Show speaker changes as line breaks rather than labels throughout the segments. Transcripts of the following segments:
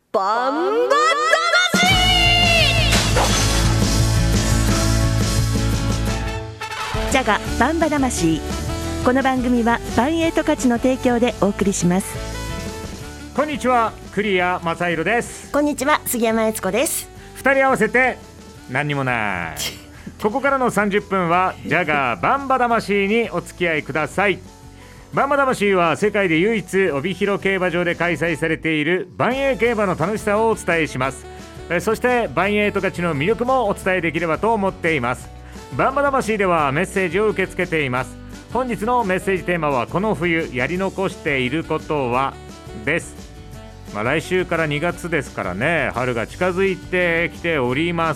バンバ魂。
ジャガバンバ魂。この番組はバンエイト価値の提供でお送りします。
こんにちは、栗谷正宏です。
こんにちは、杉山悦子です。
二人合わせて何にもないここからの30分はジャガーバンバ魂にお付き合いください。バンバ魂は世界で唯一帯広競馬場で開催されている万栄競馬の楽しさをお伝えします。そして万栄と勝ちの魅力もお伝えできればと思っています。バンバ魂ではメッセージを受け付けています。本日のメッセージテーマはこの冬やり残していることはです。来週から2月ですからね、春が近づいてきております。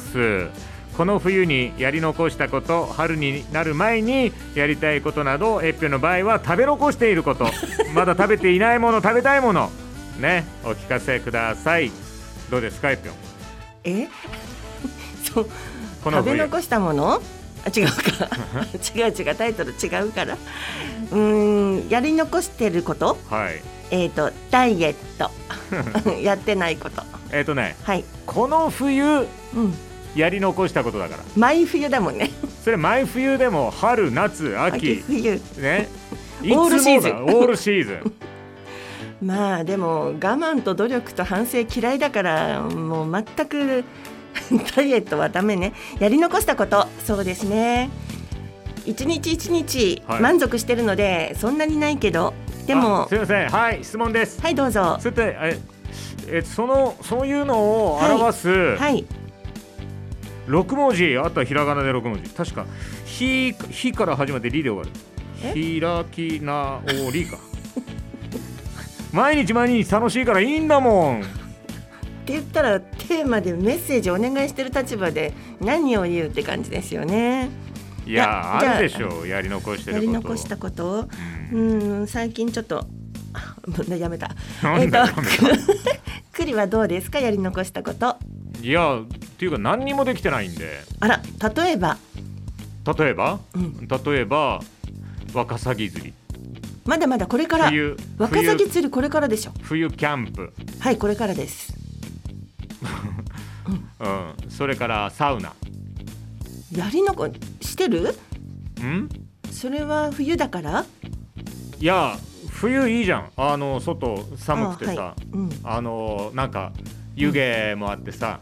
この冬にやり残したこと、春になる前にやりたいことなど、エッピョンの場合は食べ残していることまだ食べていないもの、食べたいものね、お聞かせください。どうですか、エッピョン。
そう
この冬
食べ残したもの、違うか違うタイトル違うから、やり残してること、
はい、
ダイエットやってないこと、
はい、この冬、やり残したことだから。
毎冬だもんね。
それ毎冬でも春夏秋
冬
ね
オールシーズン
オールシーズン
まあでも我慢と努力と反省嫌いだから、もう全くダイエットはダメね。やり残したこと、そうですね、一日一日満足してるので、そんなにないけど、でも
すいません、はい、質問です。
はい、どうぞ。
そういうのを表す、
はい
6文字あった、ひらがなで6文字、確かひから始まってりで終わる。開き直りか毎日楽しいからいいんだもん
って言ったら、テーマでメッセージお願いしてる立場で何を言うって感じですよね。
いや、あるでしょう、やり残してること。
やり残したこと、最近ちょっとやめた。栗はどうですか、やり残したこと。
いや、っていうか何にもできてないんで。
あら、例えば、
ワカサギ釣り。
まだまだこれから。ワカサギ釣りこれからでしょ。
冬キャンプ、
はい、これからです。
それからサウナ。
やり残してる？それは冬だから？
いや、冬いいじゃん。外寒くてさ、なんか湯気もあってさ、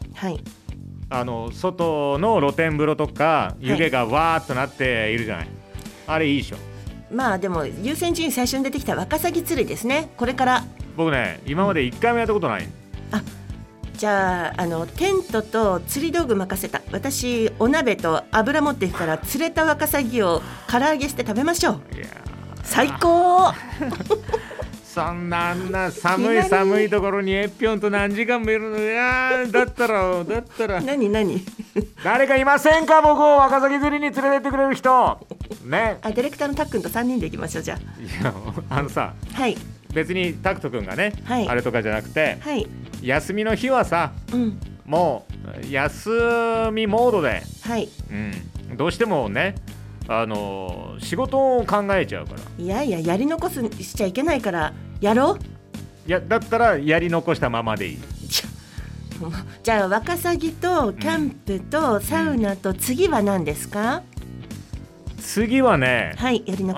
外の露天風呂とか湯気がわーっとなっているじゃない、あれいいでしょ。
まあでも優先順位最初に出てきたワカサギ釣りですね、これから。
僕ね、今まで1回もやったことない。
じゃあ、テントと釣り道具任せた。私お鍋と油持っていくから、釣れたワカサギを唐揚げして食べましょう。いや最高
そんな寒いところにエッピョンと何時間もいるの。いやだったら
何
誰かいませんか、僕をワカサギ釣りに連れてってくれる人ね。
ディレクターのタックンと3人で行きましょう。じゃあ、
いや、さ、
はい、
別にタクト君がね、あれとかじゃなくて、休みの日はさ、もう休みモードで、どうしてもね、仕事を考えちゃうから。
いややり残しちゃいけないからやろう。
いや、だったらやり残したままでいい。
じゃあワカサギとキャンプとサウナと、次は何ですか？
次はね、
やり残してること。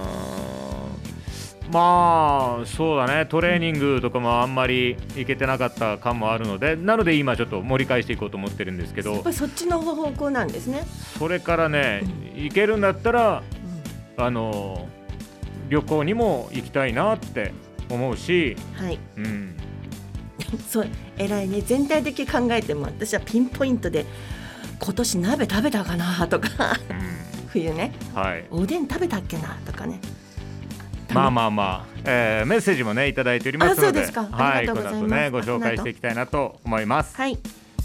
まあそうだね、トレーニングとかもあんまりいけてなかった感もあるので、なので今ちょっと盛り返していこうと思ってるんですけど。
やっぱりそっちの方向なんですね。
それからね、行けるんだったら、旅行にも行きたいなって思うし、
そう偉いね。全体的に考えても、私はピンポイントで今年鍋食べたかなとか、冬ね、おでん食べたっけなとかね。
まあ、メッセージもねいただいておりますので、
この後ね
ご紹介していきたいなと思います。
はい。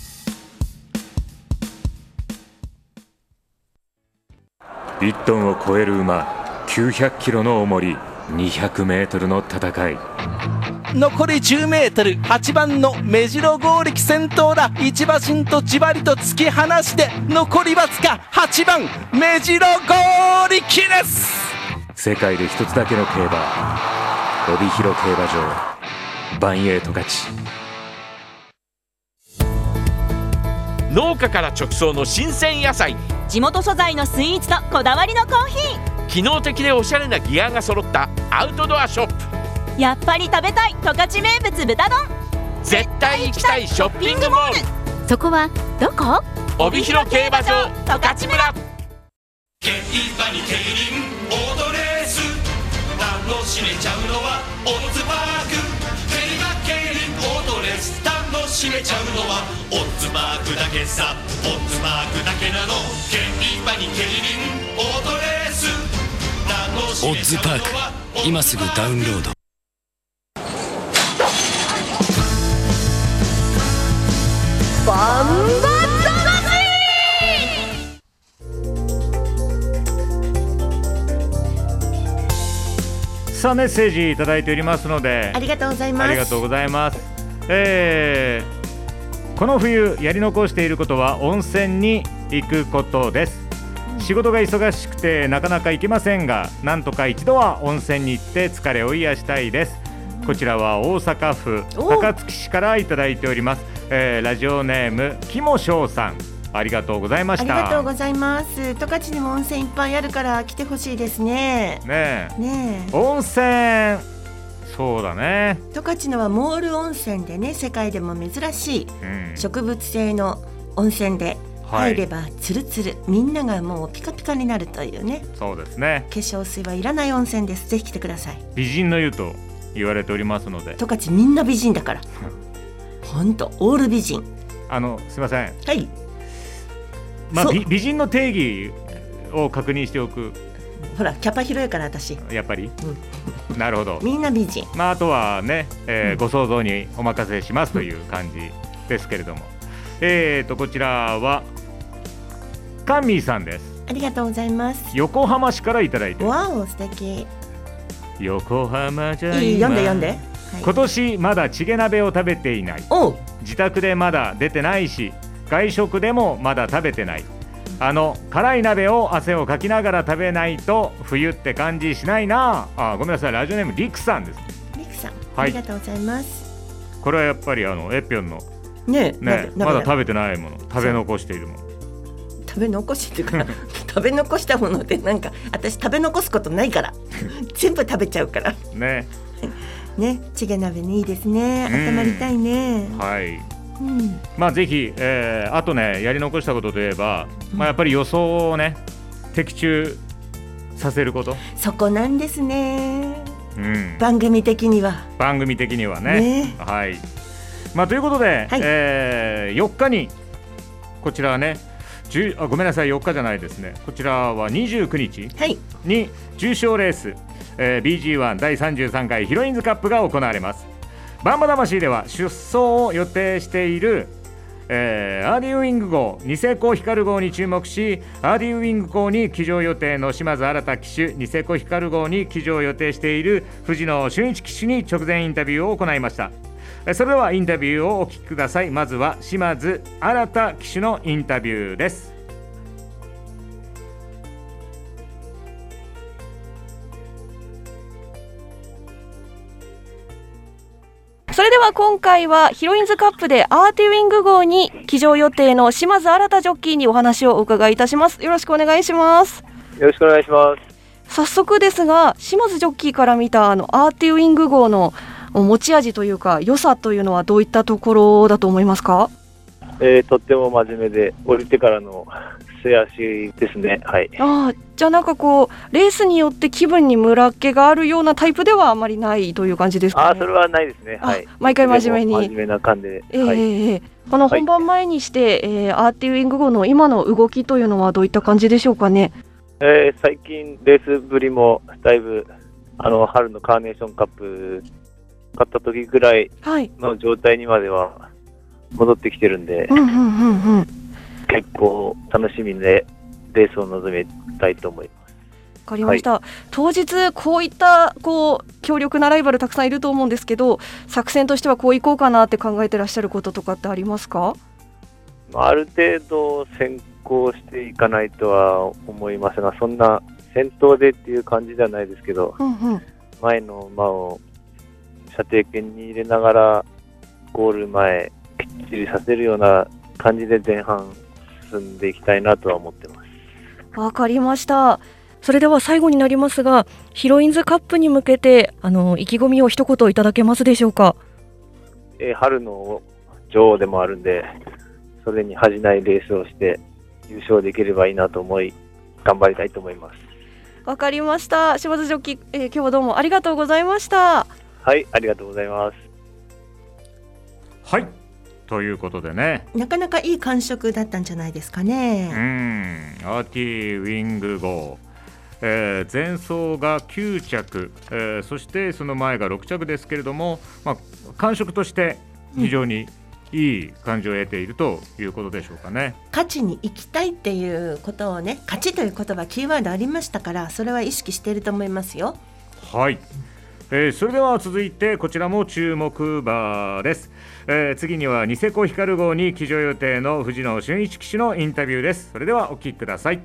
1トンを超える馬、900キロの重り、200メートルの戦い。
残り10メートル、8番の目白剛力先頭だ。一馬身とじわりと突き放して、残りわずか8番目白剛力です。
世界で一つだけの競馬、帯広競馬場。
バンエイト勝ち。農家から直送の新鮮野菜、
地元素材のスイーツとこだわりのコーヒー、
機能的でおしゃれなギアが揃ったアウトドアショップ。
やっぱり食べたい十勝名物豚丼。
絶対行きたいショッピングモール、
そこはどこ？
帯広競馬場
十勝村。
競馬に競輪オートレース楽しめちゃうのはオッズパーク。競馬競輪オートレース楽しめちゃうのはオッズパークだけさ。オッズパークだけなの。競馬に競輪オートレース楽しめちゃうのはオッズパーク。今すぐダウンロード。
バンバ
さあメッセージいただいておりますので、
ありがとうございます。
ありがとうございます。この冬やり残していることは温泉に行くことです。仕事が忙しくてなかなか行けませんが、なんとか一度は温泉に行って疲れを癒したいです。こちらは大阪府高槻市からいただいております。ラジオネームきもしょうさん、ありがとうございました。
ありがとうございます。十勝にも温泉いっぱいあるから来てほしいですね。
ねえ、
ねえ、
温泉、そうだね。
十勝のはモール温泉でね、世界でも珍しい
うん、
植物性の温泉で入ればツルツル、みんながもうピカピカになるというね。
そうですね。
化粧水はいらない温泉です。ぜひ来てください。
美人の湯と言われておりますので、
十勝みんな美人だからほんとオール美人。
すいません、
はい、
美人の定義を確認しておく。
ほらキャパ広いから私、
やっぱり、なるほど。
みんな美人。
あとはね、ご想像にお任せしますという感じですけれども、こちらはカンミーさんです。
ありがとうございます。
横浜市からいただいて、
わお素敵。
横浜じゃ
いい、
今
読んで、はい、
今年まだチゲ鍋を食べていない。
おう、
自宅でまだ出てないし、外食でもまだ食べてない。辛い鍋を汗をかきながら食べないと冬って感じしないなあ。ごめんなさい、ラジオネームリクさんです。
リクさん、
はい、
ありがとうございます。
これはやっぱりエピョンの
ね
まだ食べてないもの、食べ残しているもの、
食べ残しっていうか食べ残したものってなんか私食べ残すことないから全部食べちゃうから
ね。
ね、チゲ鍋にいいですね。温まりたいね。
はい、ぜひ、あとね、やり残したことといえば、やっぱり予想をね的中させること、
そこなんですね、番組的にはね。
はい、ということで、
はい、
4日にこちらはね、ごめんなさい、4日じゃないですね、こちらは29日に重賞レース、BG1 第33回ヒロインズカップが行われます。バンバ魂では出走を予定している、アーディウィング号、ニセコヒカル号に注目し、アーディウィング号に騎乗予定の島津新騎手、ニセコヒカル号に騎乗予定している藤野俊一騎手に直前インタビューを行いました。それではインタビューをお聞きください。まずは島津新騎手のインタビューです。
それでは今回はヒロインズカップでアーティウィング号に騎乗予定の島津新ジョッキーにお話をお伺いいたします。よろしくお願いします。
よろしくお願いします。
早速ですが、島津ジョッキーから見たアーティウィング号の持ち味というか良さというのはどういったところだと思いますか？
とっても真面目で降りてからの末足ですね。はい。
じゃあなんかこうレースによって気分にムラっ気があるようなタイプではあまりないという感じですかね？
それはないですね。はい。
毎回真面目に。
真面目な感じで。
この本番前にして、アーティウィング号の今の動きというのはどういった感じでしょうかね？
最近レースぶりもだいぶ春のカーネーションカップ勝った時ぐらいの状態にまでは戻ってきてるんで、結構楽しみでレースを臨みたいと思います。
わかりました。当日こういった強力なライバルたくさんいると思うんですけど、作戦としてはこういこうかなって考えてらっしゃることとかってありますか？
ある程度先行していかないとは思いますが、そんな先頭でっていう感じじゃないですけど、前の馬を射程圏に入れながらゴール前きっちりさせるような感じで前半進んでいきたいなとは思ってます。
わかりました。それでは最後になりますが、ヒロインズカップに向けて意気込みを一言いただけますでしょうか。
春の女王でもあるんで、それに恥じないレースをして優勝できればいいなと思い頑張りたいと思います。
わかりました。島津ジョッキー、今日はどうもありがとうございました。
はい、ありがとうございます。
はい、ということでね、
なかなかいい感触だったんじゃないですかね。
アーティウィング号、前走が9着、そしてその前が6着ですけれども、感触として非常にいい感情を得ているということでしょうかね。
勝ちに行きたいっていうことをね、勝ちという言葉キーワードありましたから、それは意識していると思いますよ。
はい、それでは続いてこちらも注目馬です。次にはニセコヒカル号に騎乗予定の藤野俊一騎手のインタビューです。それではお聞きください。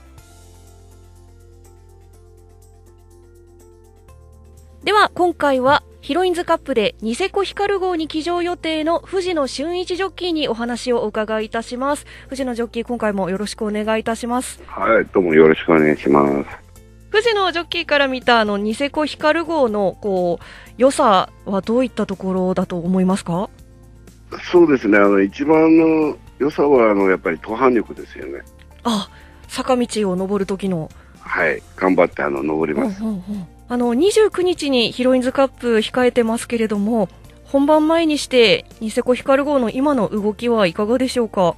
では今回はヒロインズカップでニセコヒカル号に騎乗予定の藤野俊一ジョッキーにお話をお伺いいたします。藤野ジョッキー、今回もよろしくお願いいたします。
はい、どうもよろしくお願いします。
藤野ジョッキーから見たニセコヒカル号の良さはどういったところだと思いますか？
そうですね、一番の良さはやっぱり登坂力ですよね。
坂道を登る時の。
はい、頑張って登ります。
29日にヒロインズカップ控えてますけれども、本番前にしてニセコヒカル号の今の動きはいかがでしょうか？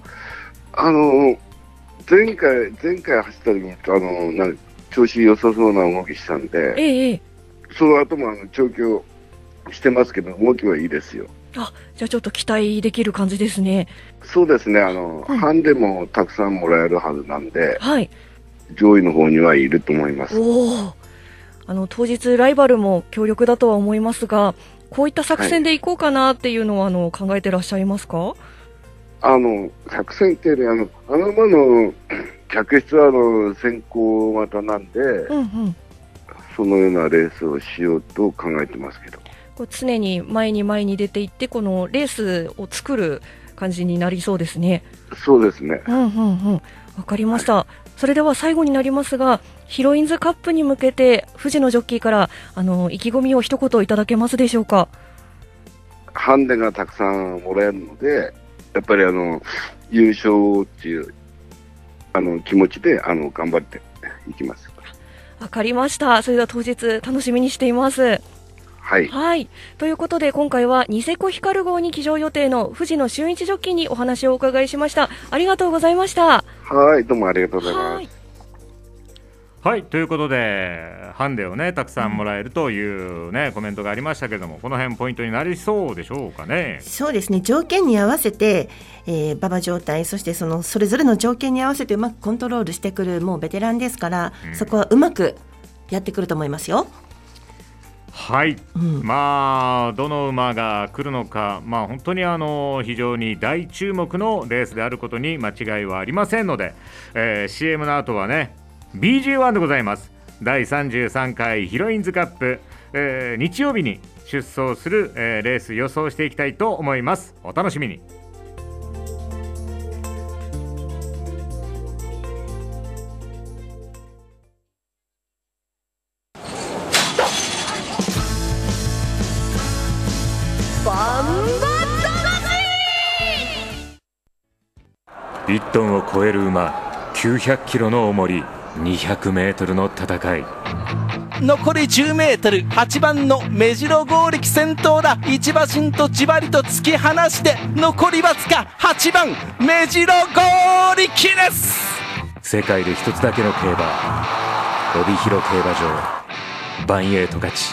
前回走った時に調子良さそうな動きしたんで、その後も調教してますけど動きはいいですよ。
じゃあちょっと期待できる感じですね。
そうですね、ハンデもたくさんもらえるはずなんで、
はい、
上位の方にはいると思います。
当日ライバルも強力だとは思いますが、こういった作戦でいこうかなっていうのは考えてらっしゃいますか？
作戦って馬の客室は先行型なんで、そのようなレースをしようと考えてますけど、
常に前に出ていって、このレースを作る感じになりそうですね。
そうですね。
わかりました。それでは最後になりますが、ヒロインズカップに向けて藤野ジョッキーから意気込みを一言いただけますでしょうか？
ハンデがたくさんもらえるので、やっぱり優勝っていう気持ちで頑張っていきます。
わかりました。それでは当日楽しみにしています。
はい、
ということで今回はニセコヒカル号に騎乗予定の藤野俊一ジョッキーにお話をお伺いしました。ありがとうございました。
はい、どうもありがとうございます。
はい、ということでハンデをねたくさんもらえるというね、コメントがありましたけれども、この辺ポイントになりそうでしょうかね。
そうですね、条件に合わせて、馬場状態、そしてそれぞれの条件に合わせてうまくコントロールしてくるもうベテランですから、そこはうまくやってくると思いますよ。
はい、どの馬が来るのか、本当に非常に大注目のレースであることに間違いはありませんので、CM の後はね BG1 でございます。第33回ヒロインズカップ、日曜日に出走する、レース予想していきたいと思います。お楽しみに。1トンを超える馬、900キロの重り、200メートルの戦い。
残り10メートル、8番の目白剛力先頭だ。1馬身とじわりと突き放して、残りわずか8番目白剛力です。
世界で一つだけの競馬、帯広競馬場、バンエイト勝ち。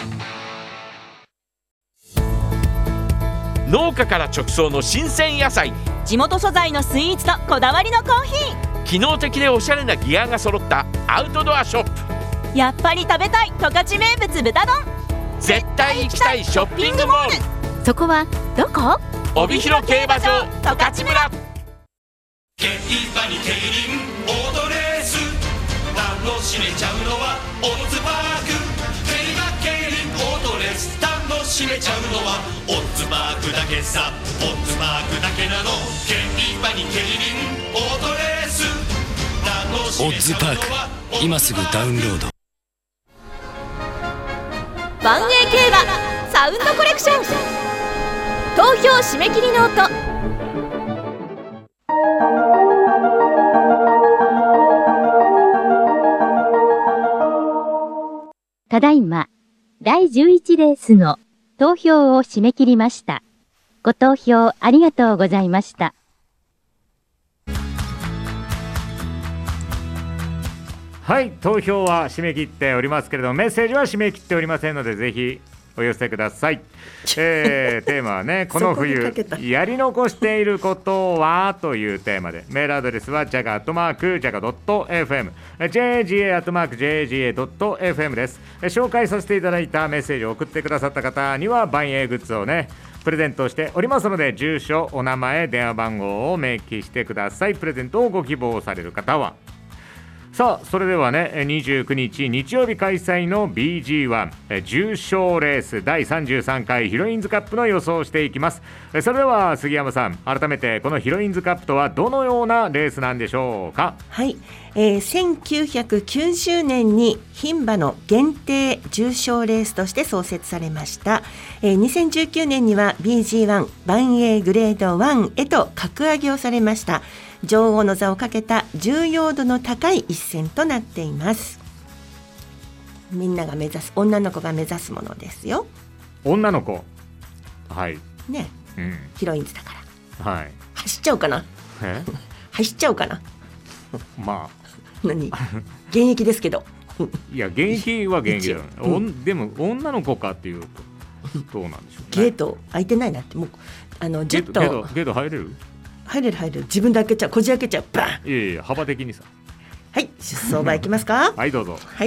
農家から直送の新鮮野菜、
地元素材のスイーツとこだわりのコーヒー、
機能的でおしゃれなギアが揃ったアウトドアショップ。
やっぱり食べたい十勝名物豚丼。
絶対行きたいショッピングモール。
そこはどこ？
帯広競馬場十勝村。
競馬に競輪オートレース、楽しめちゃうのはオッズパーク。競馬競輪オートレース楽ししめちゃうのはオッズマークだけさ、オッズマークだけなの。競馬に競輪オートレース楽しめちゃうのは
オッズパーク、今すぐダウンロード。
万栄競馬サウンドコレクション、投票締め切りノート。
ただいま第11レースの投票を締め切りました。ご投票ありがとうございました。
はい、投票は締め切っておりますけれども、メッセージは締め切っておりませんので、ぜひお寄せください。テーマはね、この冬やり残していることはというテーマで、メールアドレスは jaga@jaga.fm jaga@jaga.fm です。紹介させていただいたメッセージを送ってくださった方には万栄グッズをねプレゼントしておりますので、住所、お名前、電話番号を明記してください。プレゼントをご希望される方は。さあ、それではね、29日日曜日開催の BG1 重賞レース第33回ヒロインズカップの予想をしていきます。それでは杉山さん、改めてこのヒロインズカップとはどのようなレースなんでしょうか。
はい、1990年に牝馬の限定重賞レースとして創設されました。2019年には BG1 万栄グレード1へと格上げをされました。女王の座をかけた重要度の高い一戦となっています。みんなが目指す、女の子が目指すものですよ。
女の子、はい
ね、ヒロインズだから、はい、走っちゃうかな走っちゃうかな
まあ
何現役ですけど
いや、現役は現役だよね、でも女の子かっていうとどうなんでしょうね。
ゲート開いてないなって、もうジェット
ゲート入れる？
入れる自分で開けちゃう、こじ開けちゃう、バン。
いや幅的にさ。
はい、出走馬いきますか
はい、どうぞ。
はい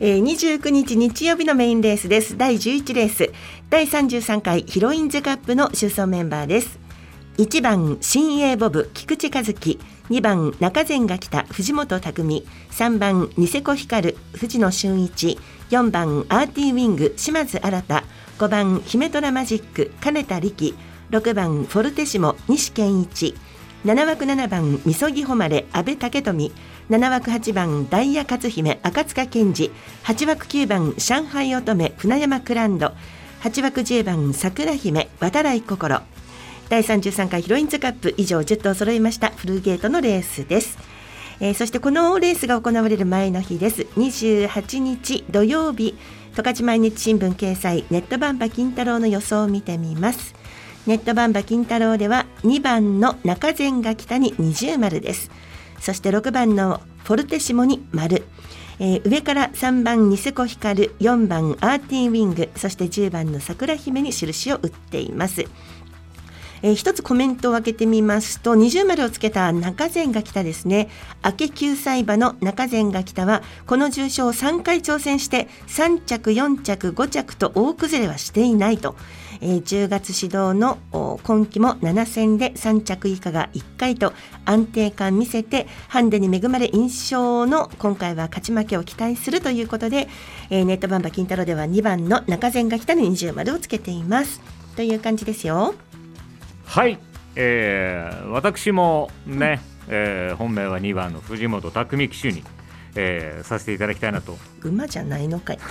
、29日日曜日のメインレースです。第11レース第33回ヒロインズカップの出走メンバーです。1番新鋭ボブ菊池和樹、2番中前が来た藤本匠、3番ニセコ光藤野俊一、4番アーティーウィング島津新、5番姫虎マジック金田力、6番フォルテシモ西健一、7枠7番みそぎ誉れ阿部武富、7枠8番ダイヤ勝姫赤塚健二、8枠9番上海乙女船山クランド、8枠10番桜姫渡来心。第33回ヒロインズカップ以上10頭揃いましたフルゲートのレースです。そしてこのレースが行われる前の日です。28日土曜日、十勝毎日新聞掲載ネットバンバ金太郎の予想を見てみます。ネットバンバ金太郎では2番の中前が北に20丸です。そして6番のフォルテシモに丸、上から3番ニセコヒカル、4番アーティーウィング、そして10番の桜姫に印を打っています。一つコメントを開けてみますと、20丸をつけた中前が北ですね。明け9歳馬の中前が北はこの重賞を3回挑戦して3着4着5着と大崩れはしていないと、10月始動の今季も7戦で3着以下が1回と安定感見せて、ハンデに恵まれ印象の今回は勝ち負けを期待するということで、ネットバンバ金太郎では2番の中前が北に20丸をつけていますという感じですよ。
はい、私もね、本命は2番の藤本匠騎手に、させていただきたいなと。
馬じゃないのかい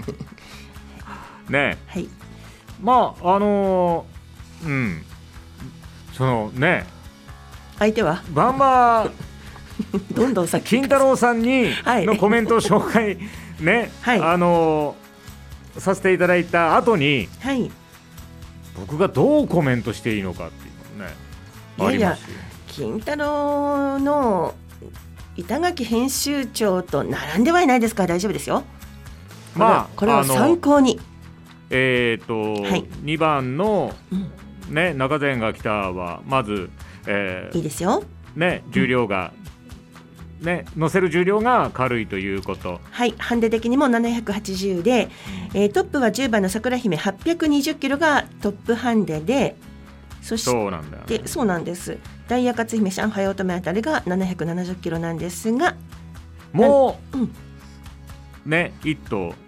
ね、
はい、
まあそのね、
相手は
バンバ
どんどん先
金太郎さんにのコメントを紹介ね、はい、させていただいた後に、
はい、
僕がどうコメントしていいのかっていうのね、ありますよ。
金太郎の板垣編集長と並んではいないですから、大丈夫ですよ。まあ、これは参考に。
はい、2番の、ね、中前が来たはまず、
いいですよ、
ね、重量が、ね、乗せる重量が軽いということ。
はい、ハンデ的にも780で、トップは10番の桜姫820キロがトップハンデで、そして
そうなんだよね。
そうなんです。ダイヤ勝姫上海乙女あたりが770キロなんですが、
もう、ね、1頭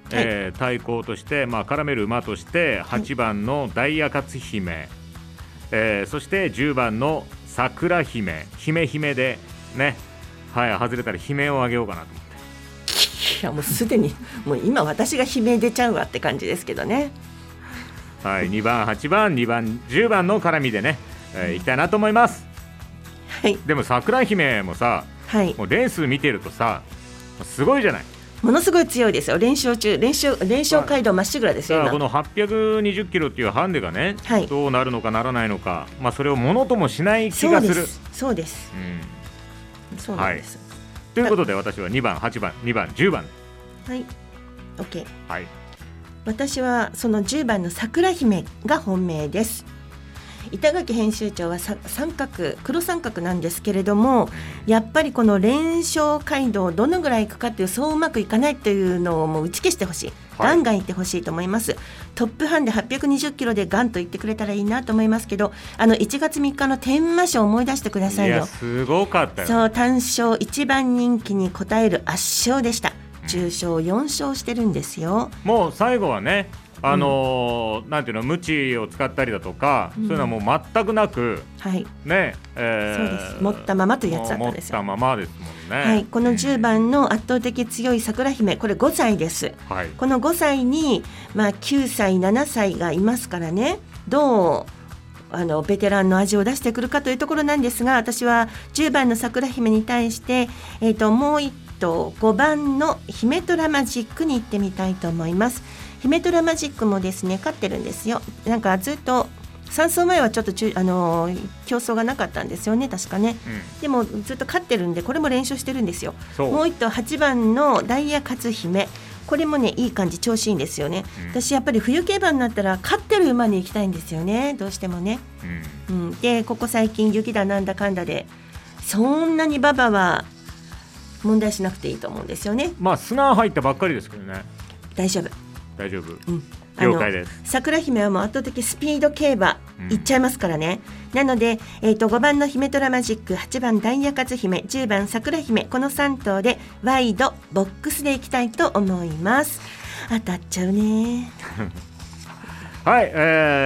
対抗として、絡める馬として8番のダイヤ勝姫、そして10番の桜姫、姫でね、外れたら姫をあげようかなと思って。
いやもうすでにもう今私が姫出ちゃうわって感じですけどね。
はい、2番8番2番10番の絡みでね、いきたいなと思います。
はい、
でも桜姫もさ、もうレース見てるとさすごいじゃない。
ものすごい強いですよ。連勝街道まっしぐらですよ。
この820キロっていうハンデがね、どうなるのかならないのか、それをものともしない気がする。
そうです、そうなんです、
ということで私は2番8番2番10番。
はい、 OK。
はい、
私はその10番の桜姫が本命です。板垣編集長は黒三角なんですけれども、やっぱりこの連勝街道をどのぐらいいくかっていう、そううまくいかないというのをもう打ち消してほしい、ガンガンいってほしいと思います。トップハンで820キロでガンといってくれたらいいなと思いますけど、1月3日の天満賞を思い出してくださいよ。
いやすごかったよ。
そう単勝1番人気に応える圧勝でした。重賞4勝してるんですよ。
もう最後はね、なんていうの、ムチを使ったりだとか、そういうのはもう全くなく、ね、
そうです。持ったままというやつだったんですよ。
持ったままですもんね。
はい、この10番の圧倒的強い桜姫、これ5歳です。この5歳に、9歳7歳がいますからね、どうベテランの味を出してくるかというところなんですが、私は10番の桜姫に対して、もう1頭5番の姫トラマジックに行ってみたいと思います。姫トラマジックもですね勝ってるんですよ。なんかずっと3走前はちょっと競争がなかったんですよね、確かね、でもずっと勝ってるんで、これも連勝してるんですよ。もう1頭8番のダイヤ勝姫、これもねいい感じ、調子いいんですよね。私やっぱり冬競馬になったら勝ってる馬に行きたいんですよね、どうしてもね。でここ最近雪だなんだかんだでそんなに馬場は問題しなくていいと思うんですよね。
砂入ったばっかりですけどね。
大丈夫、
了解です。
桜姫はもう圧倒的スピード競馬いっちゃいますからね。なので、5番の姫トラマジック、8番ダイヤ勝姫、10番桜姫、この3頭でワイドボックスでいきたいと思います。当たっちゃうね
はい、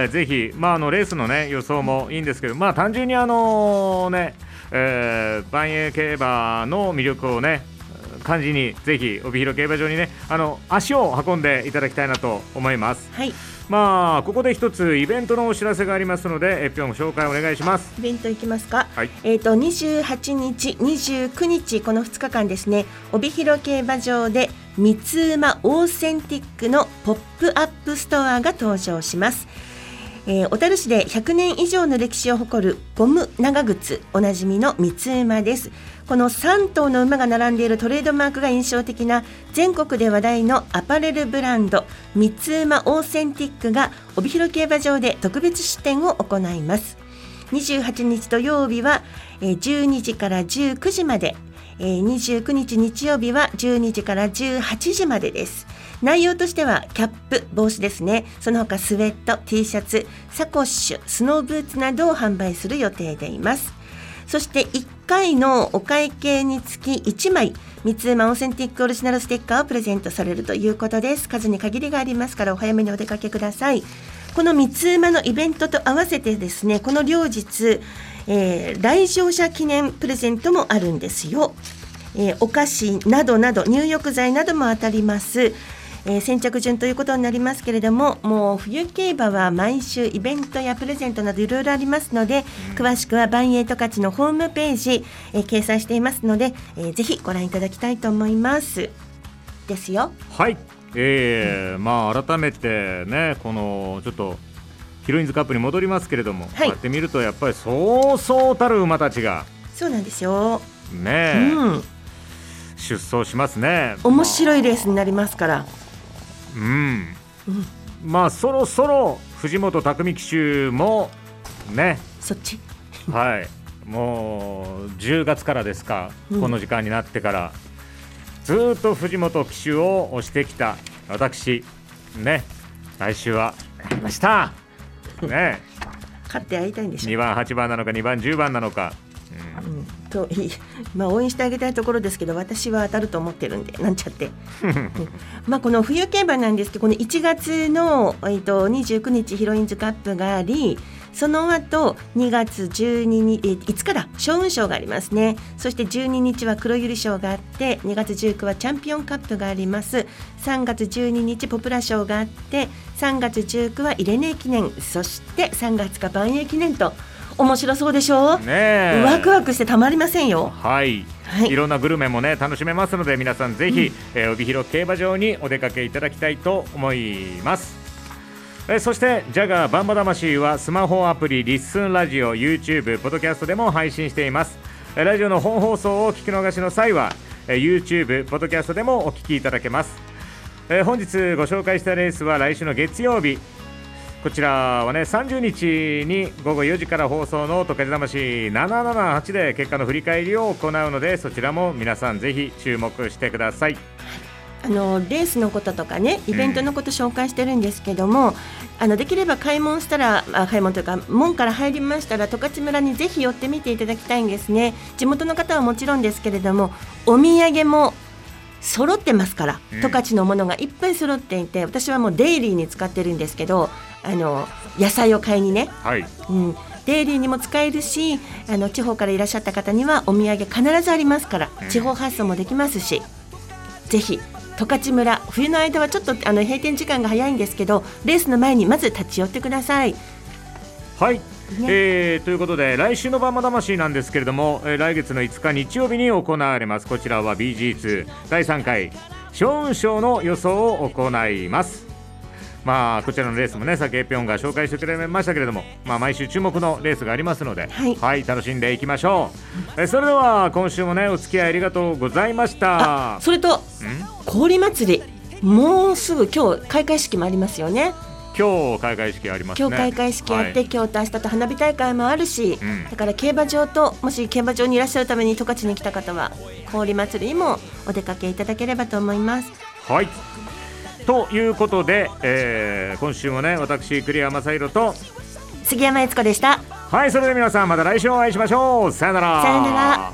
ぜひ、レースの、予想もいいんですけど、単純に万栄競馬の魅力を感じに、ぜひ帯広競馬場に足を運んでいただきたいなと思います。ここで一つイベントのお知らせがありますので、ぴょん紹介お願いします。
イベントいきますか。28日29日この2日間ですね、帯広競馬場で三つ馬オーセンティックのポップアップストアが登場します。小樽市で100年以上の歴史を誇るゴム長靴おなじみの三つ馬です。この3頭の馬が並んでいるトレードマークが印象的な全国で話題のアパレルブランド三つ馬オーセンティックが帯広競馬場で特別出店を行います。28日土曜日は12時から19時まで、29日日曜日は12時から18時までです。内容としてはキャップ、帽子ですね、その他スウェット、T シャツ、サコッシュ、スノーブーツなどを販売する予定でいます。そして1回のお会計につき1枚三つ馬オーセンティックオリジナルステッカーをプレゼントされるということです。数に限りがありますからお早めにお出かけください。この三つ馬のイベントと合わせてですね、この両日、来場者記念プレゼントもあるんですよ。お菓子などなど入浴剤なども当たります。先着順ということになりますけれども、もう冬競馬は毎週イベントやプレゼントなどいろいろありますので、詳しくはバンエイト価値のホームページ、掲載していますので、ぜひご覧いただきたいと思いますですよ。
はい、改めてね、このちょっとヒロインズカップに戻りますけれども、こうやって見るとやっぱりそうそうたる馬たちが
そうなんですよ
ね、出走しますね。
面白いレースになりますから、
そろそろ藤本匠騎手もね、
そっち
もう10月からですか、この時間になってからずっと藤本騎手を推してきた私ね、来週はやりましたね
勝ってやりたいんでしょ。
2番8番なのか2番10番なのか、
応援してあげたいところですけど、私は当たると思ってるんでなんちゃってこの冬競馬なんですけど、この1月の、29日ヒロインズカップがあり、その後2月12日、5日だ勝運賞がありますね。そして12日は黒百合賞があって、2月19はチャンピオンカップがあります。3月12日ポプラ賞があって、3月19はイレネー記念、そして3月が万栄記念と、面白そうでしょうね。ワクワクしてたまりませんよ。
はい、いろんなグルメもね楽しめますので、皆さんぜひ、帯広競馬場にお出かけいただきたいと思います。そしてジャガーバンバ魂はスマホアプリリッスンラジオ、 YouTube、ポッドキャストでも配信しています。ラジオの本放送を聞き逃しの際は YouTube、ポッドキャストでもお聞きいただけます。本日ご紹介したレースは来週の月曜日、こちらはね30日に午後4時から放送のトカゲ魂778で結果の振り返りを行うので、そちらも皆さんぜひ注目してください。
レースのこととかね、イベントのこと紹介してるんですけども、できれば開門したら、開門というか門から入りましたら十勝村にぜひ寄ってみていただきたいんですね。地元の方はもちろんですけれども、お土産も揃ってますから、十勝のものがいっぱい揃っていて、私はもうデイリーに使ってるんですけど、野菜を買いにね、デイリーにも使えるし、地方からいらっしゃった方にはお土産必ずありますから、地方発送もできますし、ぜひ十勝村、冬の間はちょっと閉店時間が早いんですけど、レースの前にまず立ち寄ってください。
はい、ということで来週のバンバ魂なんですけれども、来月の5日日曜日に行われます。こちらは BG2 第3回勝運賞の予想を行います。こちらのレースもね、さっきエピョンが紹介してくれましたけれども、毎週注目のレースがありますので、楽しんでいきましょう。それでは今週もねお付き合いありがとうございました。
それと氷祭り、もうすぐ今日開会式もありますよね。
今日開会式ありますね。
今日開会式あって、今日と明日と花火大会もあるし、だから競馬場と、もし競馬場にいらっしゃるために十勝に来た方は氷祭りにもお出かけいただければと思います。
はい、ということで、今週もね私栗山正宏と
杉山悦子でした。
はい、それでは皆さんまた来週お会いしましょう。さよなら。
さよなら。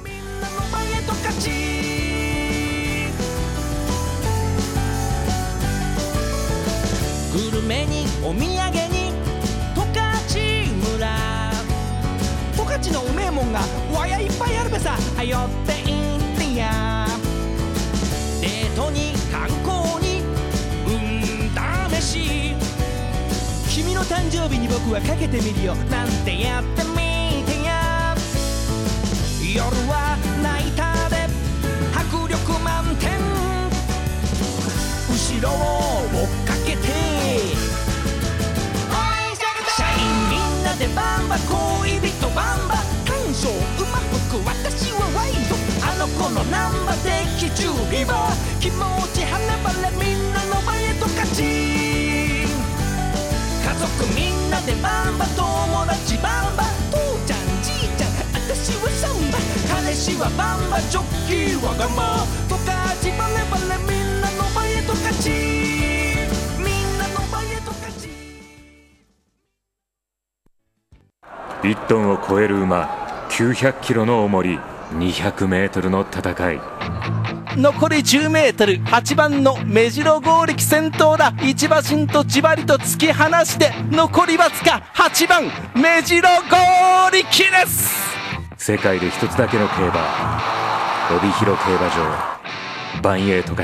グルメにお土産に十勝村、十勝のうめえもんがわやいっぱいあるべさ。はよっていってや、デートに観光に試し、君の誕生日に僕はかけてみるよなんてやってみてや。夜はナイターで迫力満点、後ろを追っかけて社員みんなでバンバ、恋人バンバ、感傷馬服私はワイド、あの子のナンバ的中リバー、気持ち晴れ晴れみんなの前と勝ち、家族みんなでバンバ、友達バンバ、父ちゃんじいちゃん私はサンバ、彼氏はバンバ、ジョッキーはガンバ、十勝バレバレみんなの前と勝ち、みんなの前と勝ち。
1トンを超える馬、900キロの重り、200メートルの戦い。
残り10メートル、8番の目白剛力先頭だ。1馬身とじわりと突き放して残りわずか、8番目白剛力です。
世界で一つだけの競馬、帯広競馬場、バンエイ十勝。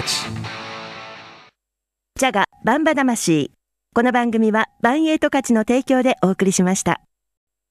ジャガバンバ魂。この番組はバンエイ十勝の提供でお送りしました。